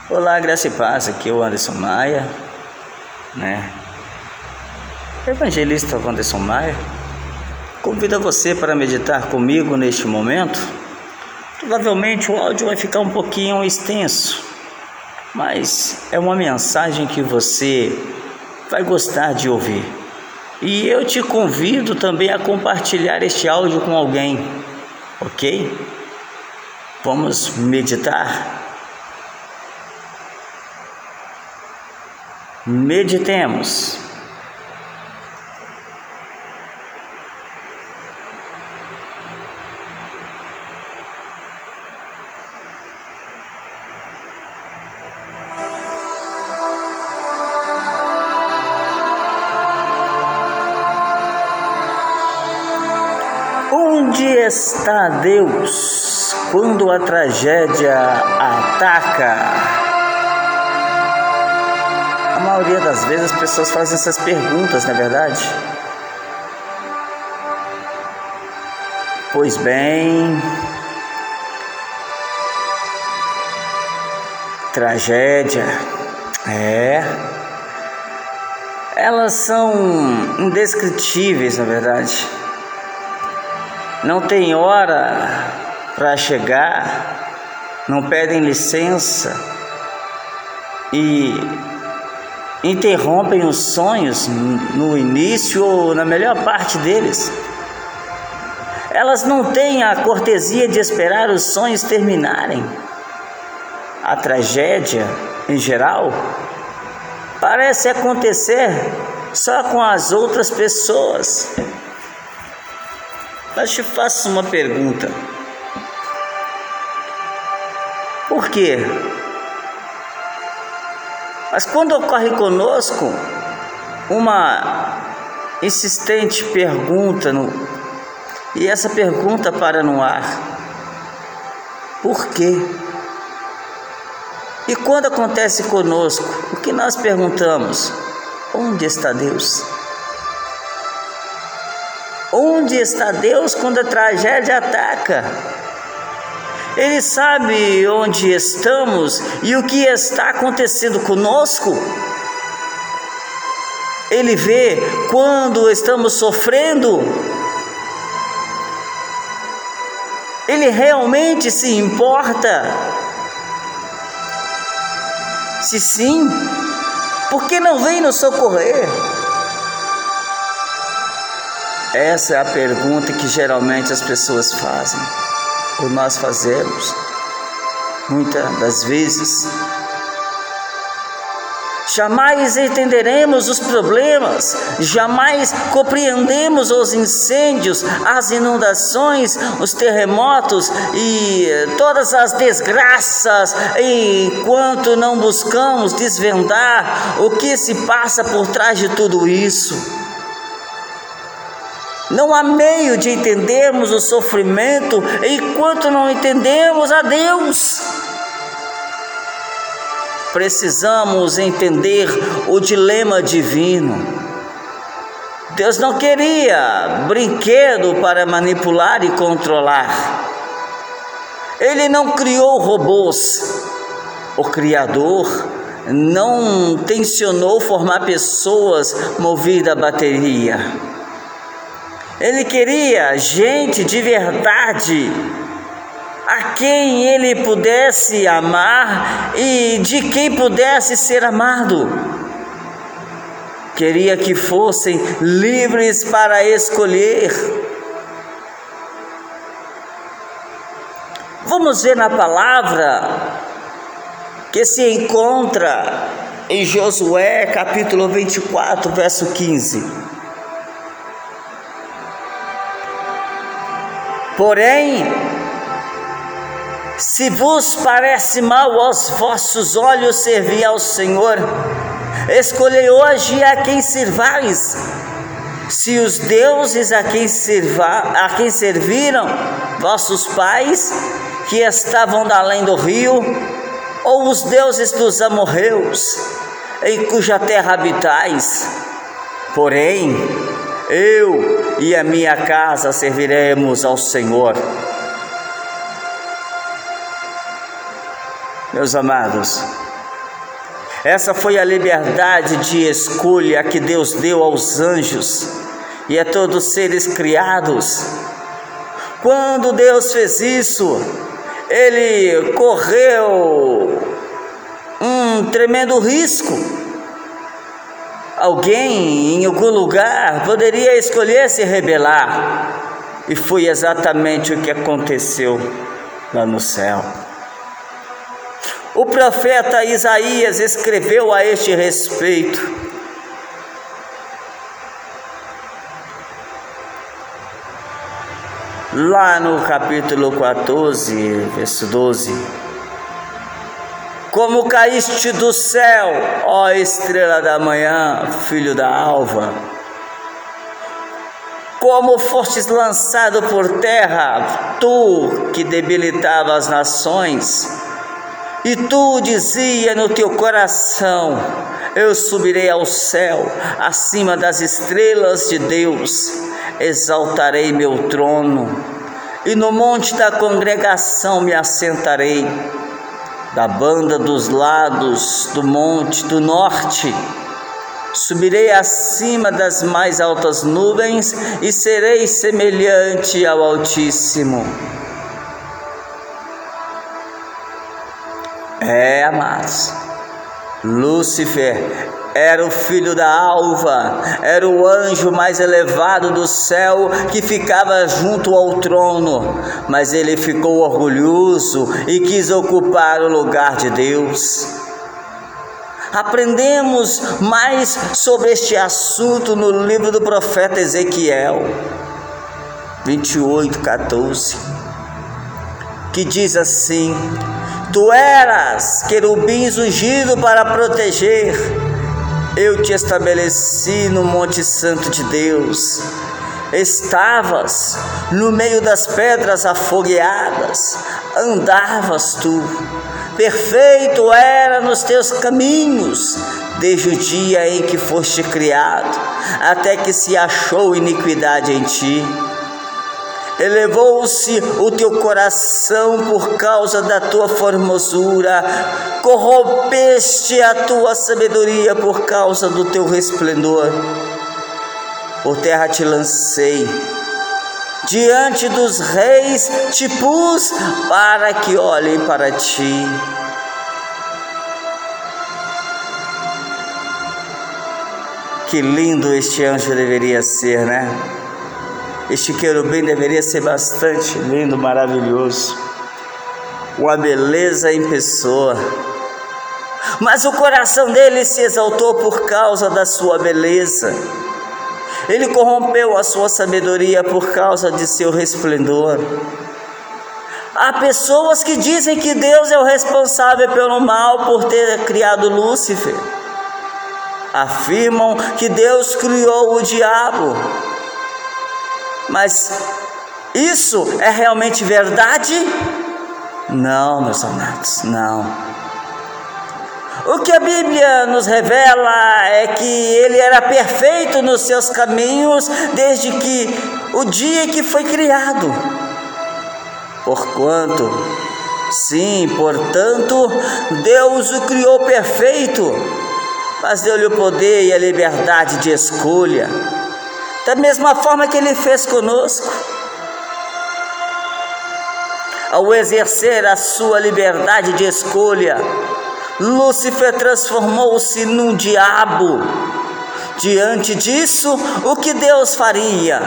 Olá, graça e paz, aqui é o Anderson Maia, Evangelista Anderson Maia. Convido você para meditar comigo neste momento. Provavelmente o áudio vai ficar um pouquinho extenso, mas é uma mensagem que você vai gostar de ouvir. E eu te convido também a compartilhar este áudio com alguém, ok? Vamos meditar? Meditemos. Onde está Deus quando a tragédia ataca? A maioria das vezes as pessoas fazem essas perguntas, não é verdade? Pois bem, tragédia, elas são indescritíveis, na verdade. Não tem hora para chegar, não pedem licença e interrompem os sonhos no início ou na melhor parte deles. Elas não têm a cortesia de esperar os sonhos terminarem. A tragédia, em geral, parece acontecer só com as outras pessoas. Mas te faço uma pergunta. Por quê? Mas quando ocorre conosco uma insistente pergunta, e essa pergunta para no ar: por quê? E quando acontece conosco, o que nós perguntamos? Onde está Deus? Onde está Deus quando a tragédia ataca? Ele sabe onde estamos e o que está acontecendo conosco. Ele vê quando estamos sofrendo. Ele realmente se importa? Se sim, por que não vem nos socorrer? Essa é a pergunta que geralmente as pessoas fazem, ou nós fazemos, muitas das vezes. Jamais entenderemos os problemas, jamais compreendemos os incêndios, as inundações, os terremotos e todas as desgraças, enquanto não buscamos desvendar o que se passa por trás de tudo isso. Não há meio de entendermos o sofrimento enquanto não entendemos a Deus. Precisamos entender o dilema divino. Deus não queria brinquedo para manipular e controlar. Ele não criou robôs. O Criador não tensionou formar pessoas movidas a bateria. Ele queria gente de verdade, a quem ele pudesse amar e de quem pudesse ser amado. Queria que fossem livres para escolher. Vamos ver na palavra que se encontra em Josué capítulo 24, verso 15. Porém, se vos parece mal aos vossos olhos servir ao Senhor, escolhei hoje a quem servais. Se os deuses a quem serviram vossos pais, que estavam da além do rio, ou os deuses dos amorreus, em cuja terra habitais. Porém, eu e a minha casa serviremos ao Senhor. Meus amados, Essa foi a liberdade de escolha que Deus deu aos anjos e a todos os seres criados. Quando Deus fez isso, Ele correu um tremendo risco. Alguém em algum lugar poderia escolher se rebelar, e foi exatamente o que aconteceu lá no céu. O profeta Isaías escreveu a este respeito: lá no capítulo 14, verso 12: como caíste do céu, ó estrela da manhã, filho da alva, como fostes lançado por terra, tu que debilitava as nações, e tu dizia no teu coração: eu subirei ao céu, acima das estrelas de Deus, exaltarei meu trono, e no monte da congregação me assentarei, da banda dos lados do monte do norte. Subirei acima das mais altas nuvens e serei semelhante ao Altíssimo. Amados, Lúcifer era o filho da alva, era o anjo mais elevado do céu que ficava junto ao trono, mas ele ficou orgulhoso e quis ocupar o lugar de Deus. Aprendemos mais sobre este assunto no livro do profeta Ezequiel 28:14, que diz assim: tu eras querubins ungido para proteger, eu te estabeleci no monte santo de Deus, estavas no meio das pedras afogueadas, andavas tu, perfeito era nos teus caminhos, desde o dia em que foste criado, até que se achou iniquidade em ti. Elevou-se o teu coração por causa da tua formosura, corrompeste a tua sabedoria por causa do teu resplendor. Por terra te lancei, diante dos reis te pus, para que olhem para ti. Que lindo este anjo deveria ser, né? Este querubim deveria ser bastante lindo, maravilhoso, uma beleza em pessoa. Mas o coração dele se exaltou por causa da sua beleza. Ele corrompeu a sua sabedoria por causa de seu resplendor. Há pessoas que dizem que Deus é o responsável pelo mal por ter criado Lúcifer. Afirmam que Deus criou o diabo. Mas isso é realmente verdade? Não, meus amados, não. O que a Bíblia nos revela é que ele era perfeito nos seus caminhos desde que o dia em que foi criado. Portanto, Deus o criou perfeito, mas deu-lhe o poder e a liberdade de escolha, da mesma forma que Ele fez conosco. Ao exercer a sua liberdade de escolha, Lúcifer transformou-se num diabo. Diante disso, o que Deus faria?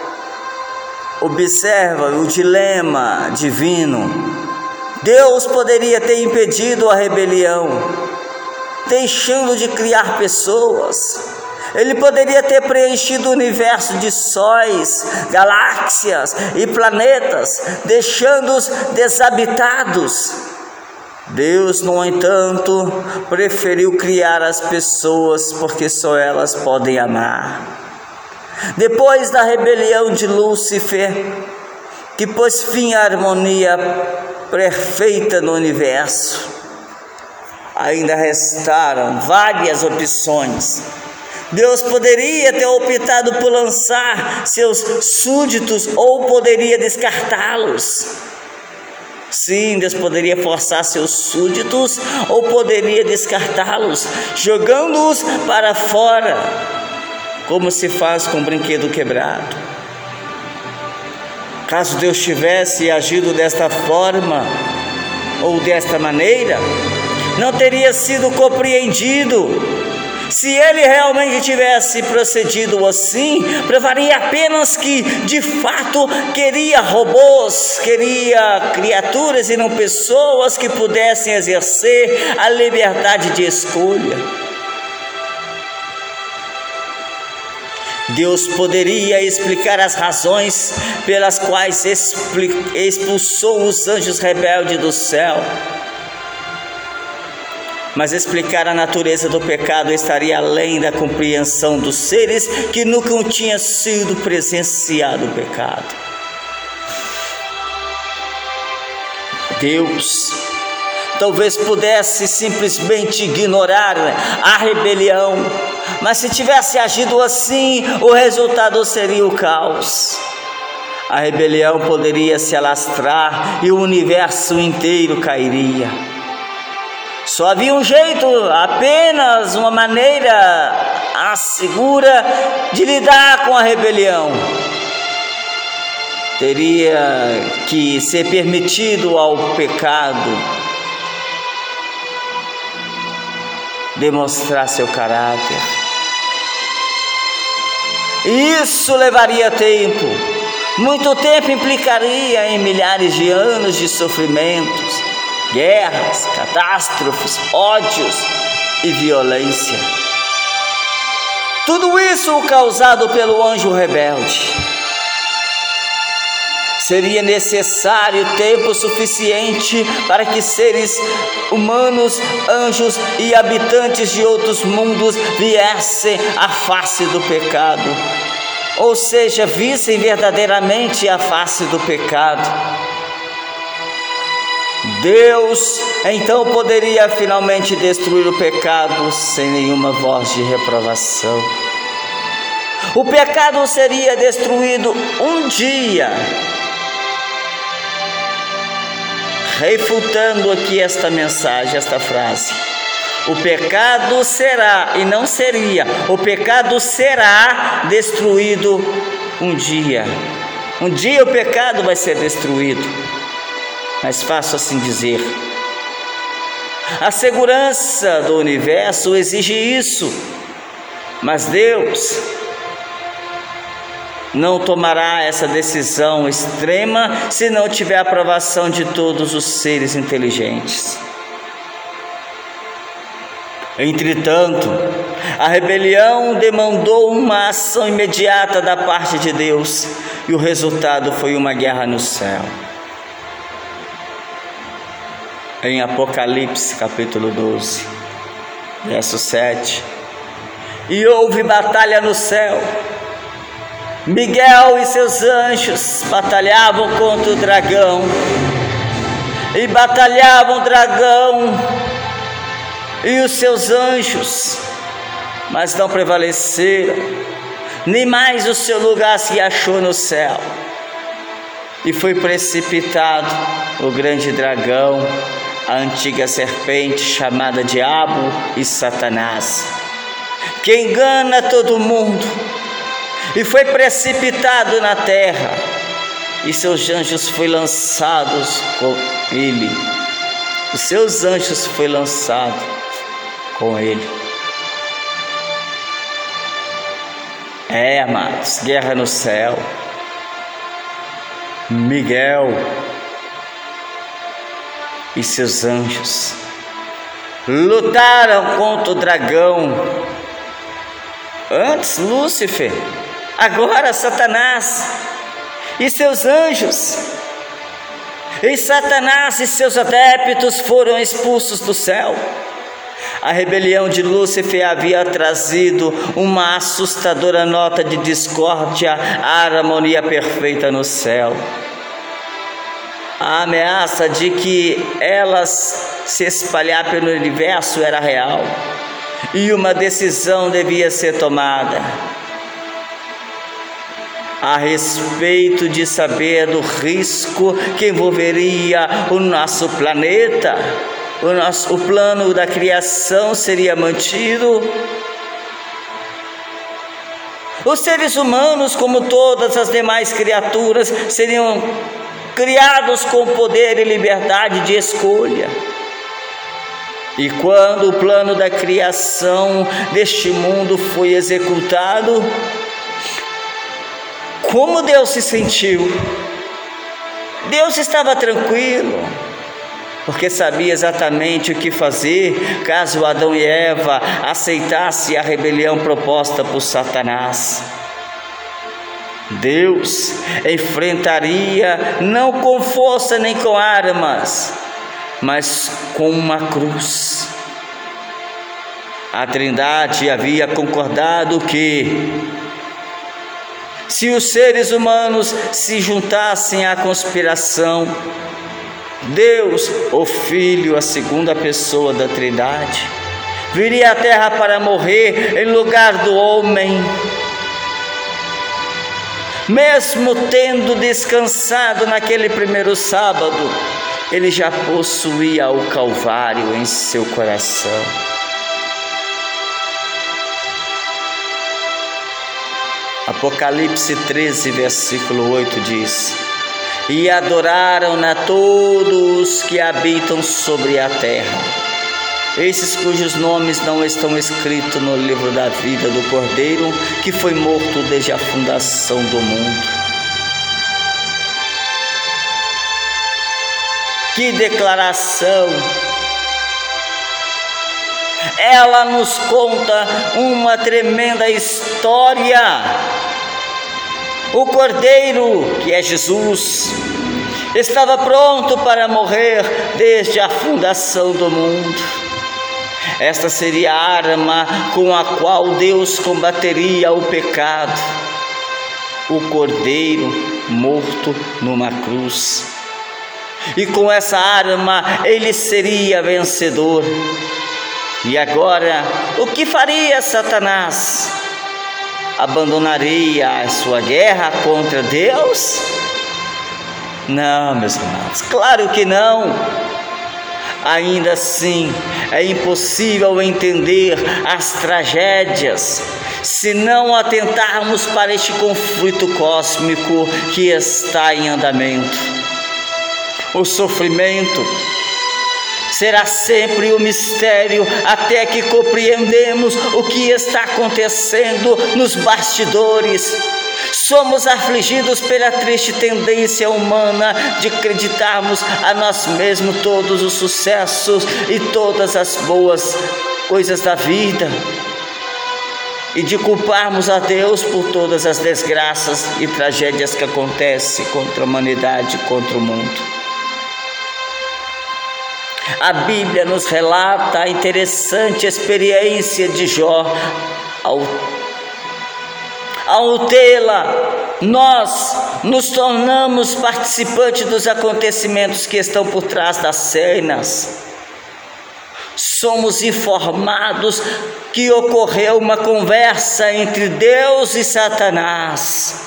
Observa o dilema divino. Deus poderia ter impedido a rebelião, deixando de criar pessoas. Ele poderia ter preenchido o universo de sóis, galáxias e planetas, deixando-os desabitados. Deus, no entanto, preferiu criar as pessoas porque só elas podem amar. Depois da rebelião de Lúcifer, que pôs fim à harmonia perfeita no universo, ainda restaram várias opções. Deus poderia ter optado por lançar seus súditos ou poderia descartá-los. Sim, Deus poderia forçar seus súditos ou poderia descartá-los, jogando-os para fora, como se faz com um brinquedo quebrado. Caso Deus tivesse agido desta forma ou desta maneira, não teria sido compreendido. Se ele realmente tivesse procedido assim, provaria apenas que, de fato, queria robôs, queria criaturas e não pessoas que pudessem exercer a liberdade de escolha. Deus poderia explicar as razões pelas quais expulsou os anjos rebeldes do céu. Mas explicar a natureza do pecado estaria além da compreensão dos seres que nunca tinham sido presenciado o pecado. Deus talvez pudesse simplesmente ignorar a rebelião, mas se tivesse agido assim, o resultado seria o caos. A rebelião poderia se alastrar e o universo inteiro cairia. Só havia um jeito, apenas uma maneira segura de lidar com a rebelião. Teria que ser permitido ao pecado demonstrar seu caráter. Isso levaria tempo. Muito tempo implicaria em milhares de anos de sofrimentos, guerras, catástrofes, ódios e violência. Tudo isso causado pelo anjo rebelde. Seria necessário tempo suficiente para que seres humanos, anjos e habitantes de outros mundos viessem à face do pecado, ou seja, vissem verdadeiramente a face do pecado. Deus então poderia finalmente destruir o pecado sem nenhuma voz de reprovação. O pecado seria destruído um dia. Refutando aqui esta mensagem, esta frase: o pecado será, e não seria, o pecado será destruído um dia. Um dia o pecado vai ser destruído. Mais fácil assim dizer. A segurança do universo exige isso, mas Deus não tomará essa decisão extrema se não tiver a aprovação de todos os seres inteligentes. Entretanto, a rebelião demandou uma ação imediata da parte de Deus, e o resultado foi uma guerra no céu. Em Apocalipse capítulo 12, verso 7: e houve batalha no céu. Miguel e seus anjos batalhavam contra o dragão, e batalhavam o dragão e os seus anjos, mas não prevaleceram, nem mais o seu lugar se achou no céu. E foi precipitado o grande dragão, a antiga serpente chamada Diabo e Satanás, que engana todo mundo, e foi precipitado na terra, e seus anjos foram lançados com ele. Os seus anjos foram lançados com ele. Amados, guerra no céu. Miguel e seus anjos lutaram contra o dragão. Antes Lúcifer, agora Satanás e seus anjos. E Satanás e seus adeptos foram expulsos do céu. A rebelião de Lúcifer havia trazido uma assustadora nota de discórdia à harmonia perfeita no céu. A ameaça de que elas se espalhar pelo universo era real, e uma decisão devia ser tomada. a respeito de saber do risco que envolveria o nosso planeta. O plano da criação seria mantido. Os seres humanos, como todas as demais criaturas, seriam criados com poder e liberdade de escolha. E quando o plano da criação deste mundo foi executado, como Deus se sentiu? Deus estava tranquilo, porque sabia exatamente o que fazer caso Adão e Eva aceitassem a rebelião proposta por Satanás. Deus enfrentaria não com força nem com armas, mas com uma cruz. A Trindade havia concordado que, se os seres humanos se juntassem à conspiração, Deus, o Filho, a segunda pessoa da Trindade, viria à terra para morrer em lugar do homem. Mesmo tendo descansado naquele primeiro sábado, ele já possuía o Calvário em seu coração. Apocalipse 13, versículo 8 diz: e adoraram-na todos que habitam sobre a terra, esses cujos nomes não estão escritos no livro da vida do Cordeiro, que foi morto desde a fundação do mundo. Que declaração! Ela nos conta uma tremenda história. O Cordeiro, que é Jesus, estava pronto para morrer desde a fundação do mundo. Esta seria a arma com a qual Deus combateria o pecado. O Cordeiro morto numa cruz. E com essa arma ele seria vencedor. E agora, o que faria Satanás? Abandonaria a sua guerra contra Deus? Não, meus irmãos, claro que não. Ainda assim, é impossível entender as tragédias se não atentarmos para este conflito cósmico que está em andamento. O sofrimento será sempre um mistério até que compreendemos o que está acontecendo nos bastidores. Somos afligidos pela triste tendência humana de acreditarmos a nós mesmos todos os sucessos e todas as boas coisas da vida, e de culparmos a Deus por todas as desgraças e tragédias que acontecem contra a humanidade, contra o mundo. A Bíblia nos relata a interessante experiência de Jó. Ao tê-la, nós nos tornamos participantes dos acontecimentos que estão por trás das cenas. Somos informados que ocorreu uma conversa entre Deus e Satanás.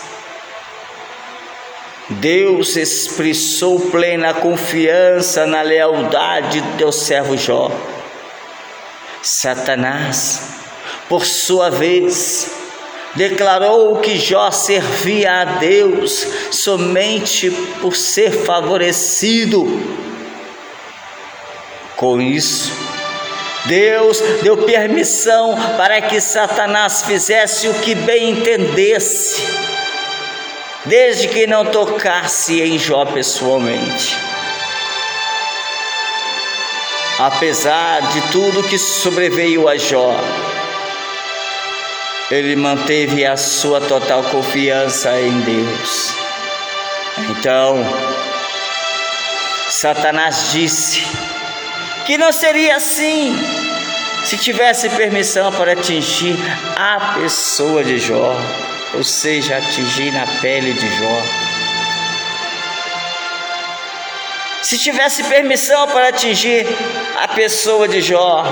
Deus expressou plena confiança na lealdade de seu servo Jó. Satanás, por sua vez, declarou que Jó servia a Deus somente por ser favorecido. Com isso, Deus deu permissão para que Satanás fizesse o que bem entendesse, desde que não tocasse em Jó pessoalmente. Apesar de tudo que sobreveio a Jó, ele manteve a sua total confiança em Deus. Então, Satanás disse que não seria assim se tivesse permissão para atingir a pessoa de Jó, ou seja, atingir na pele de Jó. Se tivesse permissão para atingir a pessoa de Jó,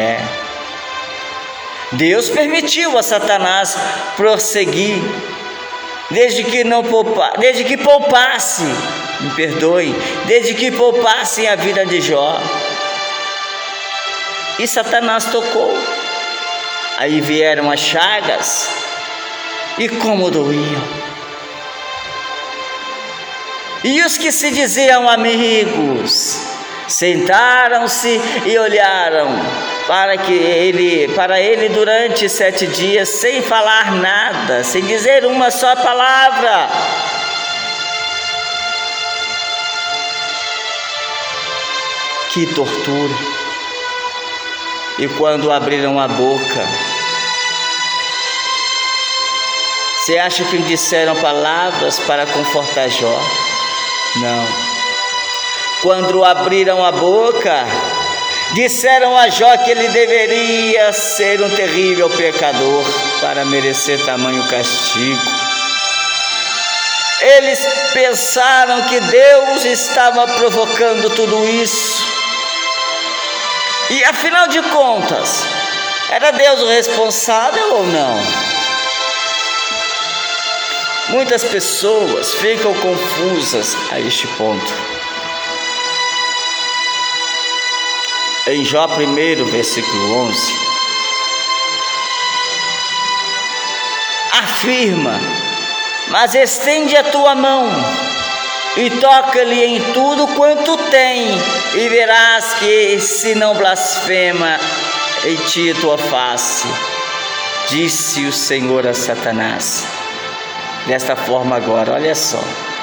Deus permitiu a Satanás prosseguir desde que poupasse, me perdoe, desde que poupassem a vida de Jó. E Satanás tocou. Aí vieram as chagas, e como doíam. E os que se diziam amigos, sentaram-se e olharam para ele durante 7 dias, sem falar nada, sem dizer uma só palavra. Que tortura! E quando abriram a boca, você acha que disseram palavras para confortar Jó? Não. Quando abriram a boca, disseram a Jó que ele deveria ser um terrível pecador para merecer tamanho castigo. Eles pensaram que Deus estava provocando tudo isso. E afinal de contas, era Deus o responsável ou não? Muitas pessoas ficam confusas a este ponto. Em Jó 1, versículo 11, afirma: mas estende a tua mão e toca-lhe em tudo quanto tem, e verás que se não blasfema em ti tua face. Disse o Senhor a Satanás. Desta forma agora, olha só.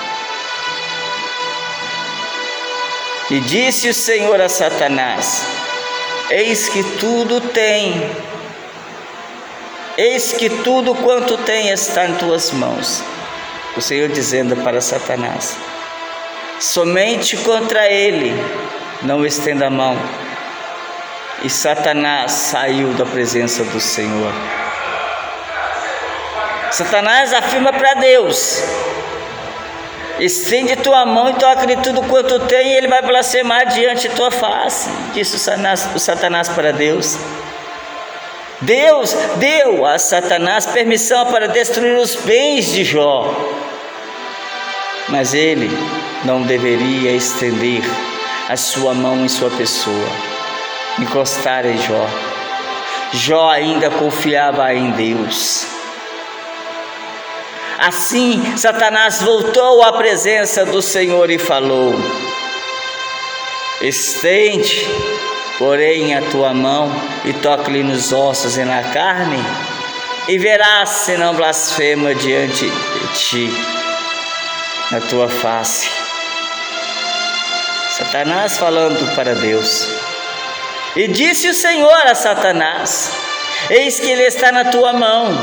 E disse o Senhor a Satanás: eis que tudo quanto tem está em tuas mãos. O Senhor dizendo para Satanás: somente contra ele não estenda a mão. E Satanás saiu da presença do Senhor. Satanás afirma para Deus: estende tua mão e toca-lhe tudo quanto tem, e ele vai blasfemar diante de tua face. Disse o Satanás para Deus. Deus deu a Satanás permissão para destruir os bens de Jó, mas ele não deveria estender a sua mão em sua pessoa, encostar em Jó. Jó ainda confiava em Deus. Assim, Satanás voltou à presença do Senhor e falou: estende, porém, a tua mão e toque-lhe nos ossos e na carne, e verás se não blasfema diante de ti, na tua face. Satanás falando para Deus. E disse o Senhor a Satanás: eis que ele está na tua mão,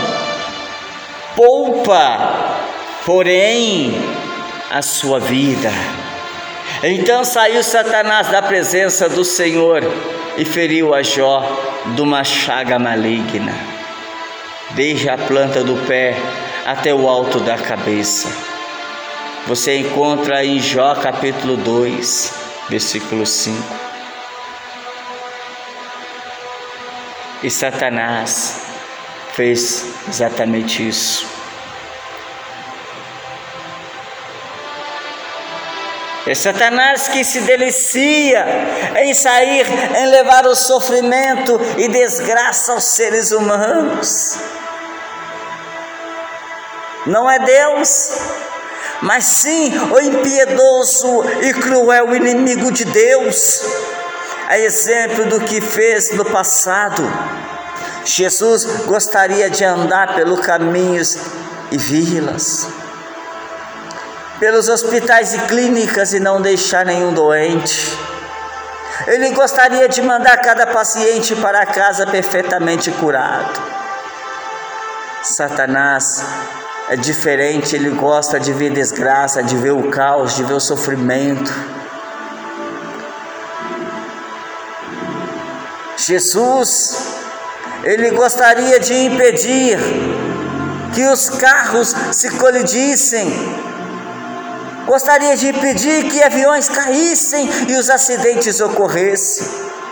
poupa, porém, a sua vida. Então saiu Satanás da presença do Senhor e feriu a Jó de uma chaga maligna, desde a planta do pé até o alto da cabeça. Você encontra em Jó capítulo 2, versículo 5. E Satanás fez exatamente isso. É Satanás que se delicia em levar o sofrimento e desgraça aos seres humanos. Não é Deus, mas sim o impiedoso e cruel inimigo de Deus. É exemplo do que fez no passado. Jesus gostaria de andar pelos caminhos e vilas, pelos hospitais e clínicas e não deixar nenhum doente. Ele gostaria de mandar cada paciente para casa perfeitamente curado. Satanás é diferente, ele gosta de ver desgraça, de ver o caos, de ver o sofrimento. Jesus, ele gostaria de impedir que os carros se colidissem, gostaria de impedir que aviões caíssem e os acidentes ocorressem.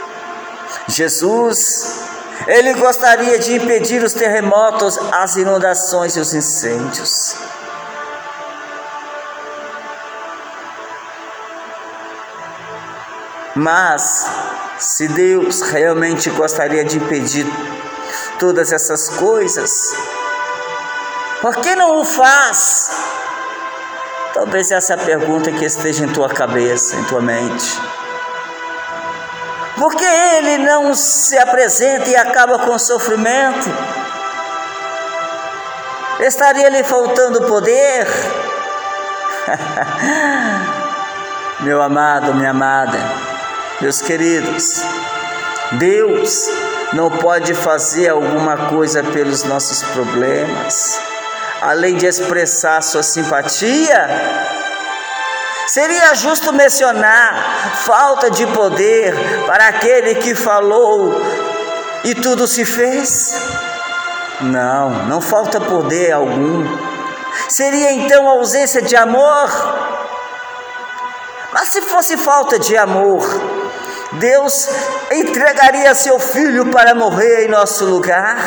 Jesus, ele gostaria de impedir os terremotos, as inundações e os incêndios. Mas, se Deus realmente gostaria de impedir todas essas coisas, por que não o faz? Talvez essa é a pergunta que esteja em tua cabeça, em tua mente. Por que Ele não se apresenta e acaba com o sofrimento? Estaria lhe faltando poder? Meu amado, minha amada, meus queridos, Deus não pode fazer alguma coisa pelos nossos problemas, além de expressar sua simpatia. Seria justo mencionar falta de poder para aquele que falou e tudo se fez? Não falta poder algum. Seria então ausência de amor? Mas se fosse falta de amor, Deus entregaria seu Filho para morrer em nosso lugar?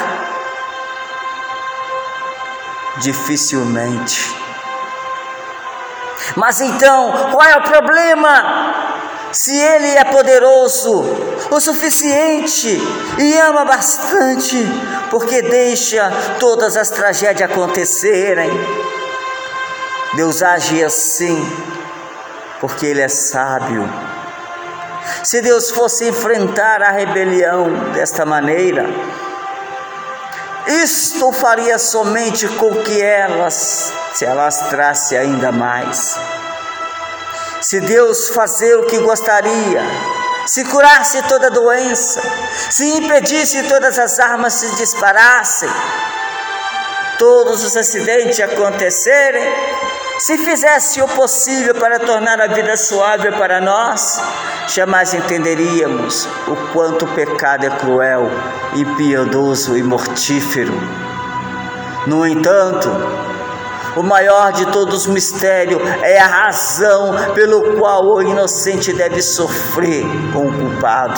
Dificilmente. Mas então, qual é o problema? Se Ele é poderoso o suficiente e ama bastante, porque deixa todas as tragédias acontecerem? Deus age assim, porque Ele é sábio. Se Deus fosse enfrentar a rebelião desta maneira, isto faria somente com que se alastrasse ainda mais. Se Deus fazer o que gostaria, se curasse toda doença, se impedisse todas as armas se disparassem, todos os acidentes acontecerem, se fizesse o possível para tornar a vida suave para nós, jamais entenderíamos o quanto o pecado é cruel, impiedoso e mortífero. No entanto, o maior de todos os mistérios é a razão pelo qual o inocente deve sofrer com o culpado.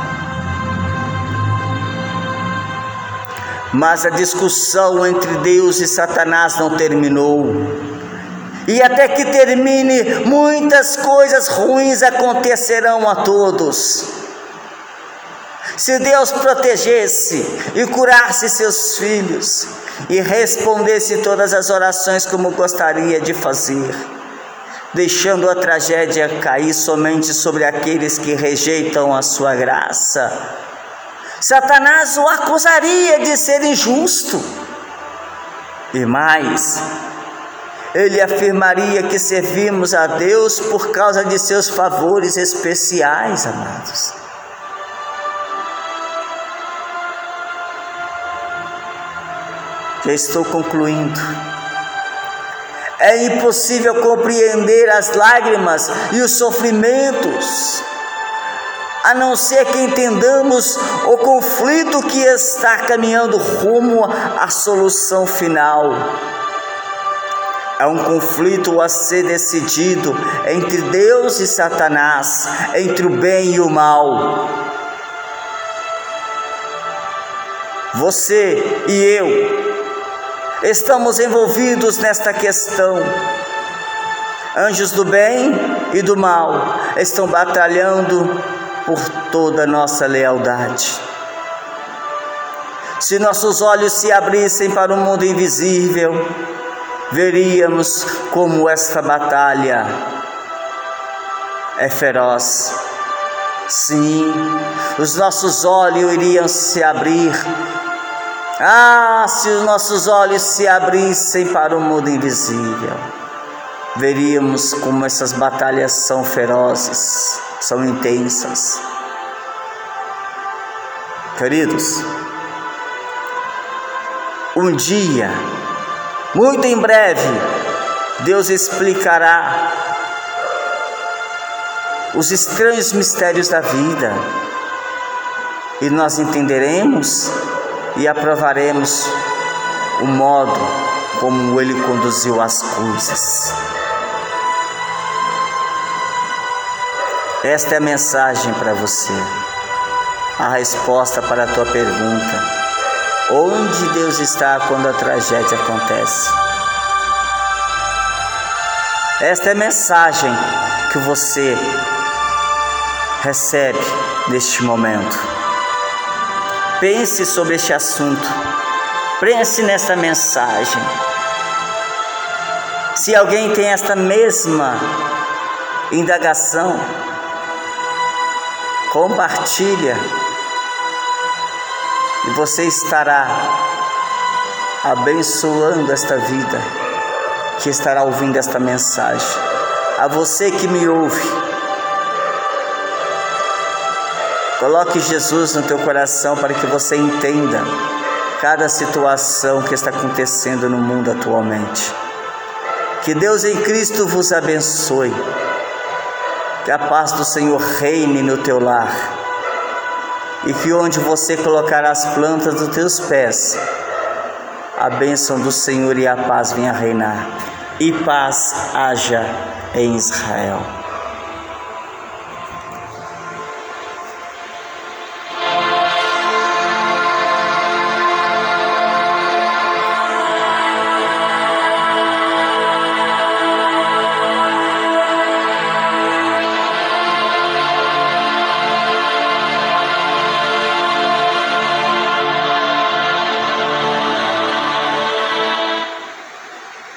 Mas a discussão entre Deus e Satanás não terminou. E até que termine, muitas coisas ruins acontecerão a todos. Se Deus protegesse e curasse seus filhos e respondesse todas as orações como gostaria de fazer, deixando a tragédia cair somente sobre aqueles que rejeitam a sua graça, Satanás o acusaria de ser injusto. E mais, ele afirmaria que servimos a Deus por causa de seus favores especiais, amados. Já estou concluindo. É impossível compreender as lágrimas e os sofrimentos, a não ser que entendamos o conflito que está caminhando rumo à solução final. É um conflito a ser decidido entre Deus e Satanás, entre o bem e o mal. Você e eu estamos envolvidos nesta questão. Anjos do bem e do mal estão batalhando por toda a nossa lealdade. Se nossos olhos se abrissem para o mundo invisível, veríamos como esta batalha é feroz. Sim, os nossos olhos iriam se abrir. Se os nossos olhos se abrissem para o mundo invisível, veríamos como essas batalhas são ferozes, são intensas. Queridos, um dia, muito em breve, Deus explicará os estranhos mistérios da vida e nós entenderemos e aprovaremos o modo como Ele conduziu as coisas. Esta é a mensagem para você, a resposta para a tua pergunta: onde Deus está quando a tragédia acontece? Esta é a mensagem que você recebe neste momento. Pense sobre este assunto. Pense nesta mensagem. Se alguém tem esta mesma indagação, compartilha e você estará abençoando esta vida que estará ouvindo esta mensagem. A você que me ouve, coloque Jesus no teu coração para que você entenda cada situação que está acontecendo no mundo atualmente. Que Deus em Cristo vos abençoe. Que a paz do Senhor reine no teu lar. E que onde você colocar as plantas dos teus pés, a bênção do Senhor e a paz venha reinar. E paz haja em Israel.